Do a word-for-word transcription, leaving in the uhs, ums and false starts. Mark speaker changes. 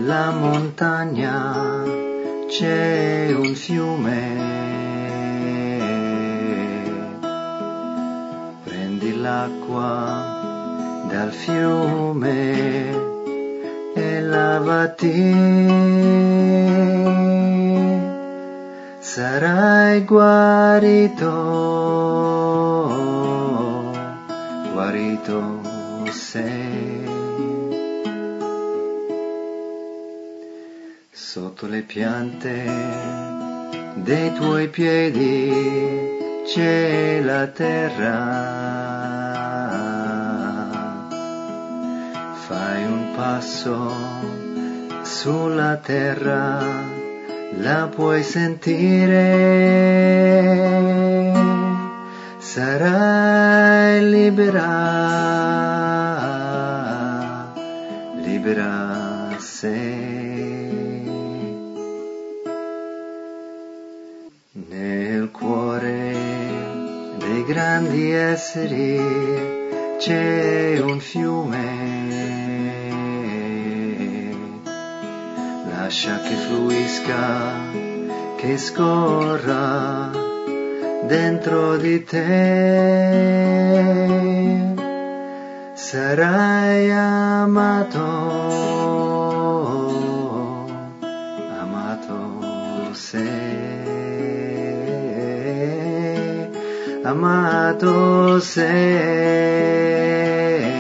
Speaker 1: la montagna c'è un fiume, prendi l'acqua dal fiume e lavati, sarai guarito, guarito sei. Sotto le piante dei tuoi piedi c'è la terra, fai un passo sulla terra, la puoi sentire, sarai libera, libera sei. Nel cuore dei grandi esseri c'è un fiume, lascia che fluisca, che scorra dentro di te, sarai amato, amato sei, amato sei.